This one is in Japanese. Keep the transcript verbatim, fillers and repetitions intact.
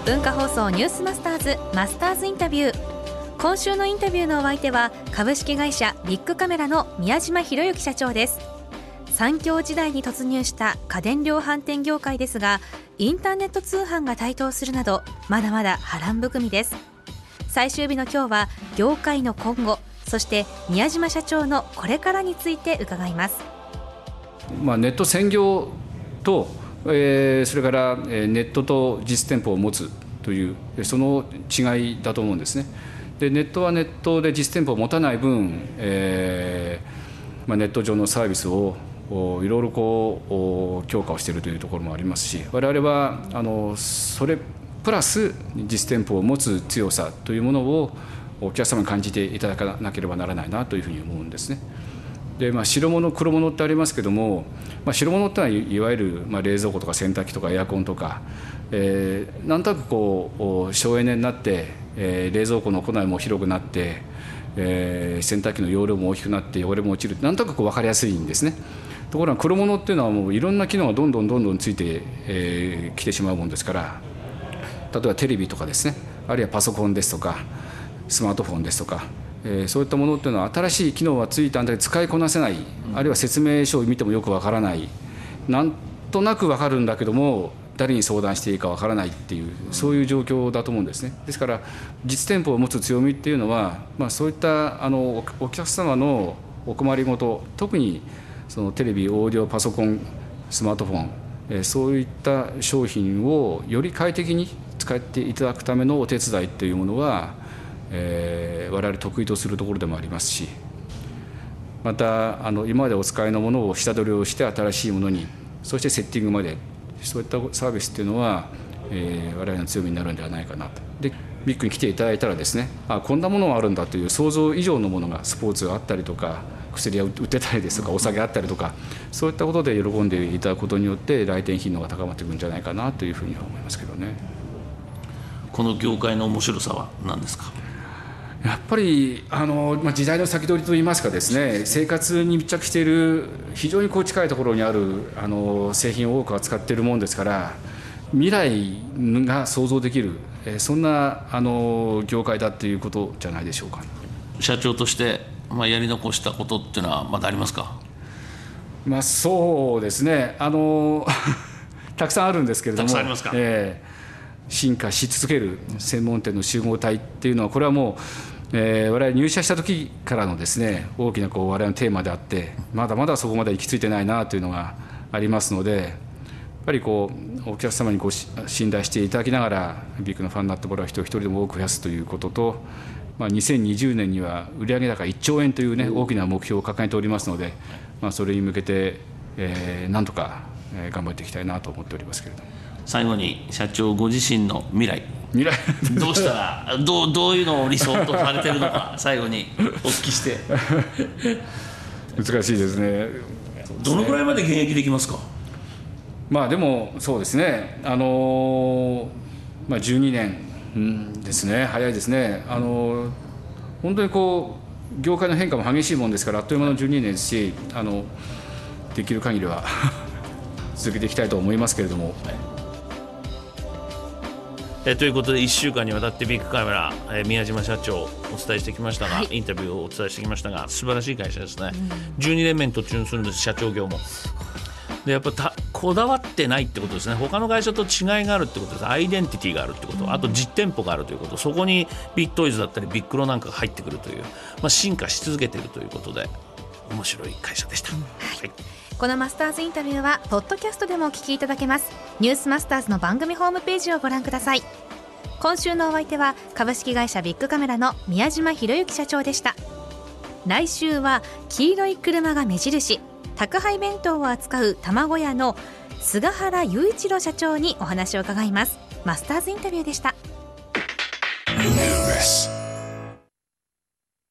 文化放送ニュースマスターズマスターズインタビュー。今週のインタビューのお相手は株式会社ビッグカメラの宮島博之社長です。産業時代に突入した家電量販店業界ですが、インターネット通販が台頭するなどまだまだ波乱含みです。最終日の今日は業界の今後、そして宮島社長のこれからについて伺います。 まあ、ネット専業と、えー、それからネットと実店舗を持つというその違いだと思うんですね。でネットはネットで実店舗を持たない分、えーまあ、ネット上のサービスをいろいろこう強化をしているというところもありますし、我々はあのそれプラス実店舗を持つ強さというものをお客様に感じていただかなければならないなというふうに思うんですね。でまあ、白物黒物ってありますけども、まあ、白物ってのはい、いわゆる、まあ、冷蔵庫とか洗濯機とかエアコンとか、えー、なんとなくこう省エネになって、えー、冷蔵庫の庫内も広くなって、えー、洗濯機の容量も大きくなって汚れも落ちる、なんとなくこう分かりやすいんですね。ところが黒物っていうのはもういろんな機能がどんどんどんどんついてき、えー、てしまうもんですから、例えばテレビとかですね、あるいはパソコンですとかスマートフォンですとか、えー、そういったものっていうのは新しい機能がついたんだけど使いこなせない、あるいは説明書を見てもよくわからない、なんとなくわかるんだけども誰に相談していいかわからないっていう、そういう状況だと思うんですね。ですから実店舗を持つ強みっていうのは、まあ、そういったあのお客様のお困りごと、特にそのテレビ、オーディオ、パソコン、スマートフォン、えー、そういった商品をより快適に使っていただくためのお手伝いというものは、えー、我々得意とするところでもありますし、またあの今までお使いのものを下取りをして新しいものに、そしてセッティングまで、そういったサービスっていうのは、えー、我々の強みになるんではないかなと。でビッグに来ていただいたらですね、あこんなものがあるんだという想像以上のものが、スポーツがあったりとか薬が売ってたりですとかお酒があったりとか、そういったことで喜んでいただくことによって来店頻度が高まってくるんじゃないかなというふうには思いますけどね。 この業界の面白さは何ですか？ やっぱりあの、まあ、時代の先取りといいますかですね、生活に密着している非常にこう近いところにあるあの製品を多く扱っているものですから、未来が想像できる、えそんなあの業界だということじゃないでしょうか。 社長として、まあ、やり残したことっていうのはまだありますか？ まあ、そうですね、あのたくさんあるんですけれども、 たくさんありますか？ えー、進化し続ける専門店の集合体っていうのは、これはもうえー、我々入社した時からのですね、大きなこう我々のテーマであって、まだまだそこまで行き着いてないなというのがありますので、やっぱりこうお客様にこう信頼していただきながらビッグのファンになってもらう人を一人でも多く増やすということと、まあ、にせんにじゅうねんには売上高いっちょうえんという、ね、大きな目標を掲げておりますので、まあ、それに向けて、えー、なんとか頑張っていきたいなと思っておりますけれども。 最後に社長ご自身の未来未来どうしたらどう、どういうのを理想とされているのか最後にお聞きして難しいですね。 どのくらいまで現役できますか？ まあでもそうですね、あのまあ、じゅうにねんですね、早いですね。あの本当にこう業界の変化も激しいもんですから、あっという間のじゅうにねんですし、あのできる限りは続けていきたいと思いますけれども、 えということでいっしゅうかんにわたってビッグカメラ、えー、宮島社長お伝えしてきましたが、はい、インタビューをお伝えしてきましたが、素晴らしい会社ですね、うん、じゅうにねんめに突入するんです。社長業もでやっぱたこだわってないってことですね。他の会社と違いがあるってことです。アイデンティティがあるってこと、あと実店舗があるということ、そこにビッグトイズだったりビッグロなんかが入ってくるという、まあ、進化し続けているということで面白い会社でした、うんはい、 このマスターズインタビューはポッドキャストでもお聞きいただけます。ニュースマスターズの番組ホームページをご覧ください。今週のお相手は株式会社ビッグカメラの宮島博之社長でした。来週は黄色い車が目印、宅配弁当を扱う卵屋の菅原雄一郎社長にお話を伺います。マスターズインタビューでした。